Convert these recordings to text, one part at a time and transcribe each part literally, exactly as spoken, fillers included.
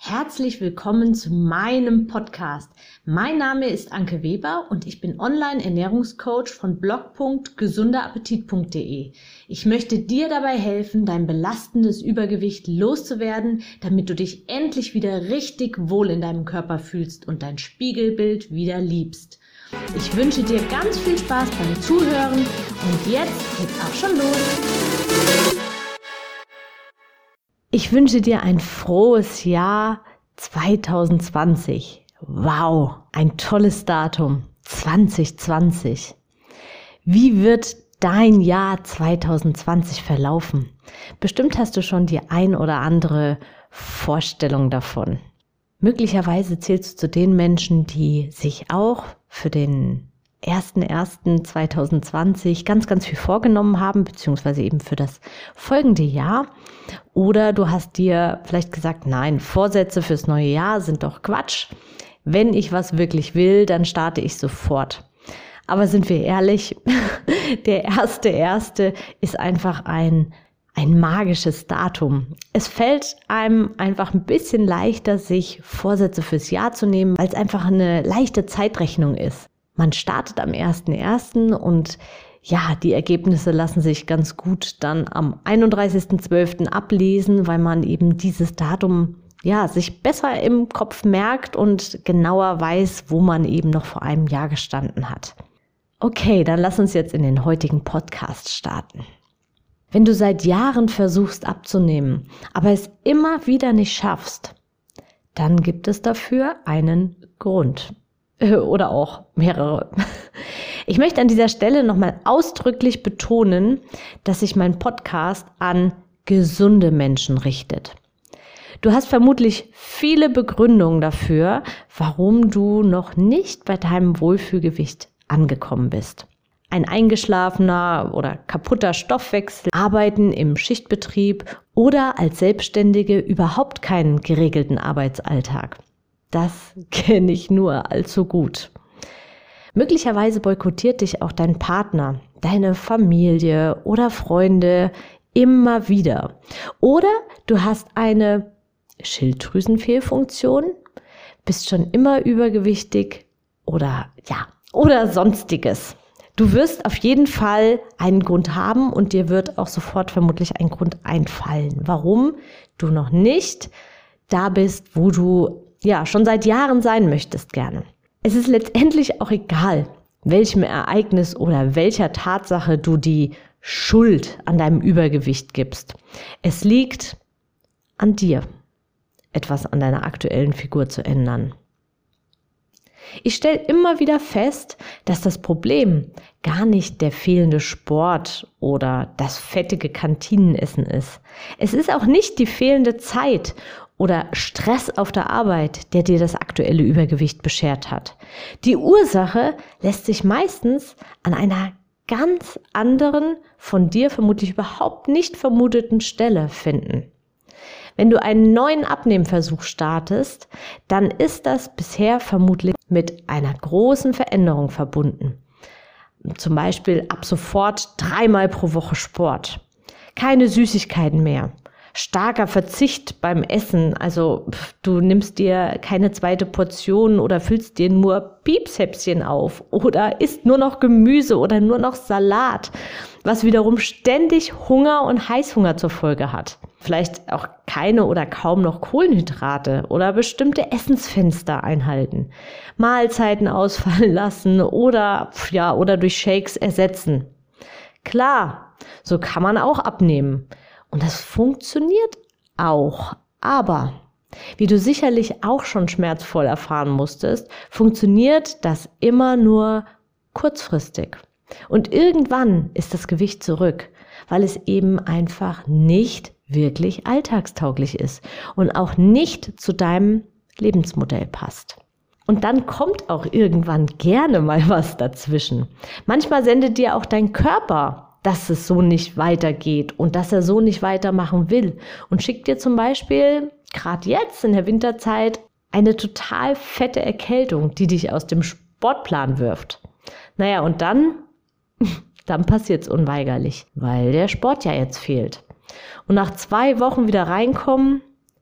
Herzlich willkommen zu meinem Podcast. Mein Name ist Anke Weber und ich bin Online-Ernährungscoach von blog punkt gesunder appetit punkt de. Ich möchte dir dabei helfen, dein belastendes Übergewicht loszuwerden, damit du dich endlich wieder richtig wohl in deinem Körper fühlst und dein Spiegelbild wieder liebst. Ich wünsche dir ganz viel Spaß beim Zuhören und jetzt geht's auch schon los. Ich wünsche dir ein frohes Jahr zwanzig zwanzig. Wow, ein tolles Datum, zwanzig zwanzig. Wie wird dein Jahr zwanzig zwanzig verlaufen? Bestimmt hast du schon die ein oder andere Vorstellung davon. Möglicherweise zählst du zu den Menschen, die sich auch für den ersten ersten zwanzig zwanzig ganz, ganz viel vorgenommen haben, beziehungsweise eben für das folgende Jahr. Oder du hast dir vielleicht gesagt, nein, Vorsätze fürs neue Jahr sind doch Quatsch. Wenn ich was wirklich will, dann starte ich sofort. Aber sind wir ehrlich, der erste erste ist einfach ein ein magisches Datum. Es fällt einem einfach ein bisschen leichter, sich Vorsätze fürs Jahr zu nehmen, weil es einfach eine leichte Zeitrechnung ist. Man startet am ersten ersten und ja, die Ergebnisse lassen sich ganz gut dann am einunddreißigsten zwölften ablesen, weil man eben dieses Datum ja sich besser im Kopf merkt und genauer weiß, wo man eben noch vor einem Jahr gestanden hat. Okay, dann lass uns jetzt in den heutigen Podcast starten. Wenn du seit Jahren versuchst abzunehmen, aber es immer wieder nicht schaffst, dann gibt es dafür einen Grund. Oder auch mehrere. Ich möchte an dieser Stelle nochmal ausdrücklich betonen, dass sich mein Podcast an gesunde Menschen richtet. Du hast vermutlich viele Begründungen dafür, warum du noch nicht bei deinem Wohlfühlgewicht angekommen bist. Ein eingeschlafener oder kaputter Stoffwechsel, Arbeiten im Schichtbetrieb oder als Selbstständige überhaupt keinen geregelten Arbeitsalltag. Das kenne ich nur allzu gut. Möglicherweise boykottiert dich auch dein Partner, deine Familie oder Freunde immer wieder. Oder du hast eine Schilddrüsenfehlfunktion, bist schon immer übergewichtig oder ja, oder sonstiges. Du wirst auf jeden Fall einen Grund haben und dir wird auch sofort vermutlich ein Grund einfallen, warum du noch nicht da bist, wo du ja schon seit Jahren sein möchtest gerne. Es ist letztendlich auch egal, welchem Ereignis oder welcher Tatsache du die Schuld an deinem Übergewicht gibst. Es liegt an dir, etwas an deiner aktuellen Figur zu ändern. Ich stelle immer wieder fest, dass das Problem gar nicht der fehlende Sport oder das fettige Kantinenessen ist. Es ist auch nicht die fehlende Zeit oder Stress auf der Arbeit, der dir das aktuelle Übergewicht beschert hat. Die Ursache lässt sich meistens an einer ganz anderen, von dir vermutlich überhaupt nicht vermuteten Stelle finden. Wenn du einen neuen Abnehmversuch startest, dann ist das bisher vermutlich mit einer großen Veränderung verbunden. Zum Beispiel ab sofort dreimal pro Woche Sport. Keine Süßigkeiten mehr. Starker Verzicht beim Essen, also pff, du nimmst dir keine zweite Portion oder füllst dir nur Piepshäppchen auf oder isst nur noch Gemüse oder nur noch Salat, was wiederum ständig Hunger und Heißhunger zur Folge hat. Vielleicht auch keine oder kaum noch Kohlenhydrate oder bestimmte Essensfenster einhalten, Mahlzeiten ausfallen lassen oder ja oder durch Shakes ersetzen. Klar, so kann man auch abnehmen. Und das funktioniert auch, aber wie du sicherlich auch schon schmerzvoll erfahren musstest, funktioniert das immer nur kurzfristig. Und irgendwann ist das Gewicht zurück, weil es eben einfach nicht wirklich alltagstauglich ist und auch nicht zu deinem Lebensmodell passt. Und dann kommt auch irgendwann gerne mal was dazwischen. Manchmal sendet dir auch dein Körper, dass es so nicht weitergeht und dass er so nicht weitermachen will und schickt dir zum Beispiel gerade jetzt in der Winterzeit eine total fette Erkältung, die dich aus dem Sportplan wirft. Naja, und dann, dann passiert es unweigerlich, weil der Sport ja jetzt fehlt. Und nach zwei Wochen wieder reinkommen,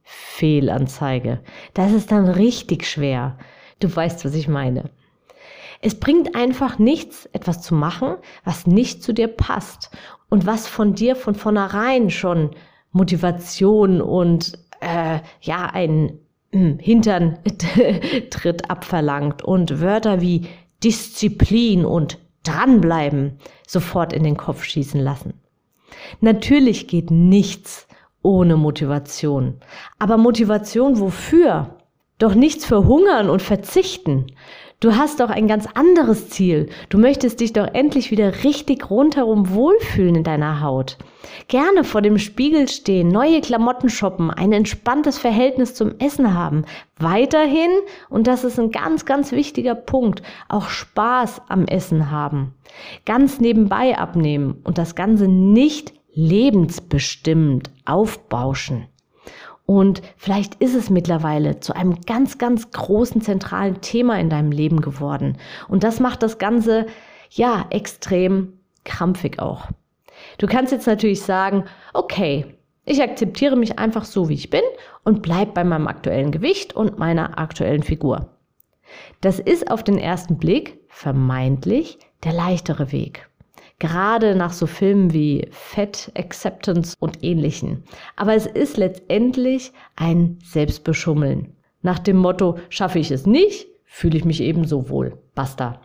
Fehlanzeige. Das ist dann richtig schwer. Du weißt, was ich meine. Es bringt einfach nichts, etwas zu machen, was nicht zu dir passt und was von dir von vornherein schon Motivation und äh, ja einen äh, Hintern-Tritt abverlangt und Wörter wie Disziplin und dranbleiben sofort in den Kopf schießen lassen. Natürlich geht nichts ohne Motivation. Aber Motivation wofür? Doch nichts für Hungern und Verzichten. Du hast doch ein ganz anderes Ziel. Du möchtest dich doch endlich wieder richtig rundherum wohlfühlen in deiner Haut. Gerne vor dem Spiegel stehen, neue Klamotten shoppen, ein entspanntes Verhältnis zum Essen haben. Weiterhin, und das ist ein ganz, ganz wichtiger Punkt, auch Spaß am Essen haben. Ganz nebenbei abnehmen und das Ganze nicht lebensbestimmend aufbauschen. Und vielleicht ist es mittlerweile zu einem ganz, ganz großen zentralen Thema in deinem Leben geworden. Und das macht das Ganze, ja, extrem krampfig auch. Du kannst jetzt natürlich sagen, okay, ich akzeptiere mich einfach so, wie ich bin und bleib bei meinem aktuellen Gewicht und meiner aktuellen Figur. Das ist auf den ersten Blick vermeintlich der leichtere Weg. Gerade nach so Filmen wie Fat Acceptance und ähnlichen. Aber es ist letztendlich ein Selbstbeschummeln. Nach dem Motto, schaffe ich es nicht, fühle ich mich ebenso wohl. Basta.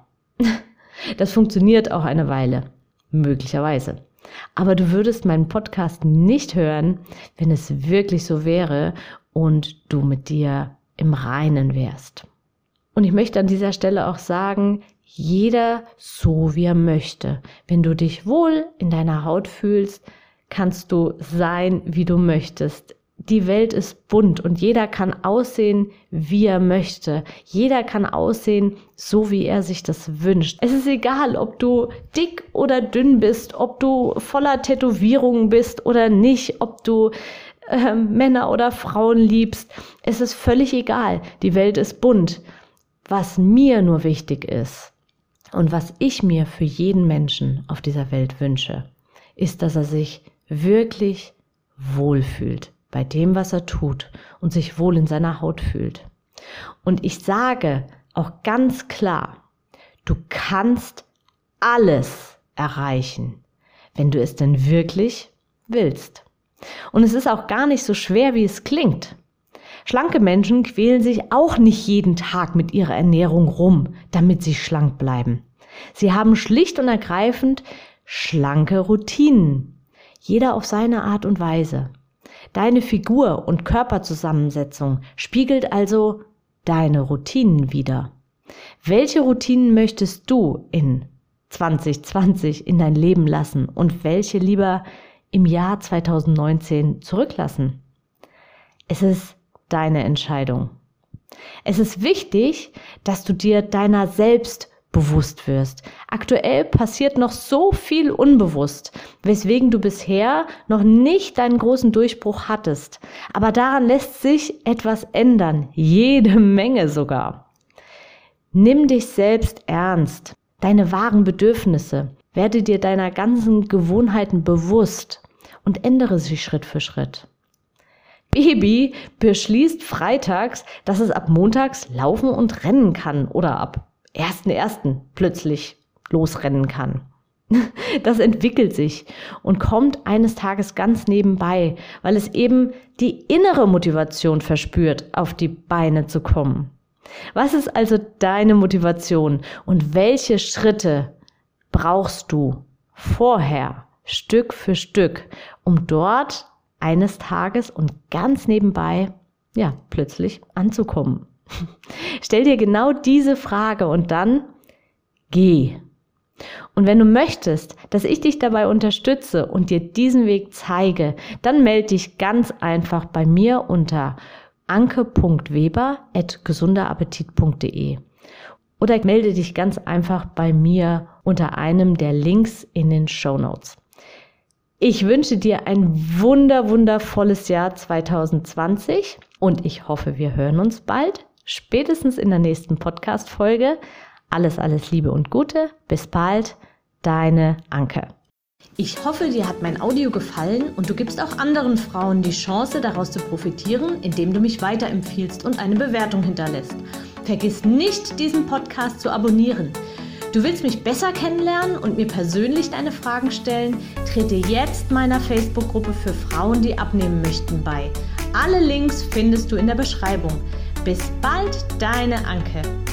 Das funktioniert auch eine Weile. Möglicherweise. Aber du würdest meinen Podcast nicht hören, wenn es wirklich so wäre und du mit dir im Reinen wärst. Und ich möchte an dieser Stelle auch sagen, jeder so wie er möchte. Wenn du dich wohl in deiner Haut fühlst, kannst du sein, wie du möchtest. Die Welt ist bunt und jeder kann aussehen, wie er möchte. Jeder kann aussehen, so wie er sich das wünscht. Es ist egal, ob du dick oder dünn bist, ob du voller Tätowierungen bist oder nicht, ob du äh, Männer oder Frauen liebst. Es ist völlig egal. Die Welt ist bunt. Was mir nur wichtig ist, und was ich mir für jeden Menschen auf dieser Welt wünsche, ist, dass er sich wirklich wohlfühlt bei dem, was er tut und sich wohl in seiner Haut fühlt. Und ich sage auch ganz klar, du kannst alles erreichen, wenn du es denn wirklich willst. Und es ist auch gar nicht so schwer, wie es klingt. Schlanke Menschen quälen sich auch nicht jeden Tag mit ihrer Ernährung rum, damit sie schlank bleiben. Sie haben schlicht und ergreifend schlanke Routinen. Jeder auf seine Art und Weise. Deine Figur und Körperzusammensetzung spiegelt also deine Routinen wider. Welche Routinen möchtest du in zwanzig zwanzig in dein Leben lassen und welche lieber im Jahr zwanzig neunzehn zurücklassen? Es ist deine Entscheidung. Es ist wichtig, dass du dir deiner selbst bewusst wirst. Aktuell passiert noch so viel unbewusst, weswegen du bisher noch nicht deinen großen Durchbruch hattest. Aber daran lässt sich etwas ändern, jede Menge sogar. Nimm dich selbst ernst, deine wahren Bedürfnisse, werde dir deiner ganzen Gewohnheiten bewusst und ändere sie Schritt für Schritt. Baby beschließt freitags, dass es ab montags laufen und rennen kann oder ab ersten ersten plötzlich losrennen kann. Das entwickelt sich und kommt eines Tages ganz nebenbei, weil es eben die innere Motivation verspürt, auf die Beine zu kommen. Was ist also deine Motivation und welche Schritte brauchst du vorher, Stück für Stück, um dort eines Tages und ganz nebenbei, ja, plötzlich anzukommen? Stell dir genau diese Frage und dann geh. Und wenn du möchtest, dass ich dich dabei unterstütze und dir diesen Weg zeige, dann melde dich ganz einfach bei mir unter anke punkt weber at gesunder appetit punkt de oder melde dich ganz einfach bei mir unter einem der Links in den Shownotes. Ich wünsche dir ein wunder, wundervolles Jahr zwanzig zwanzig und ich hoffe, wir hören uns bald, spätestens in der nächsten Podcast-Folge. Alles, alles Liebe und Gute. Bis bald, deine Anke. Ich hoffe, dir hat mein Audio gefallen und du gibst auch anderen Frauen die Chance, daraus zu profitieren, indem du mich weiterempfiehlst und eine Bewertung hinterlässt. Vergiss nicht, diesen Podcast zu abonnieren. Du willst mich besser kennenlernen und mir persönlich deine Fragen stellen? Trete jetzt meiner Facebook-Gruppe für Frauen, die abnehmen möchten, bei. Alle Links findest du in der Beschreibung. Bis bald, deine Anke.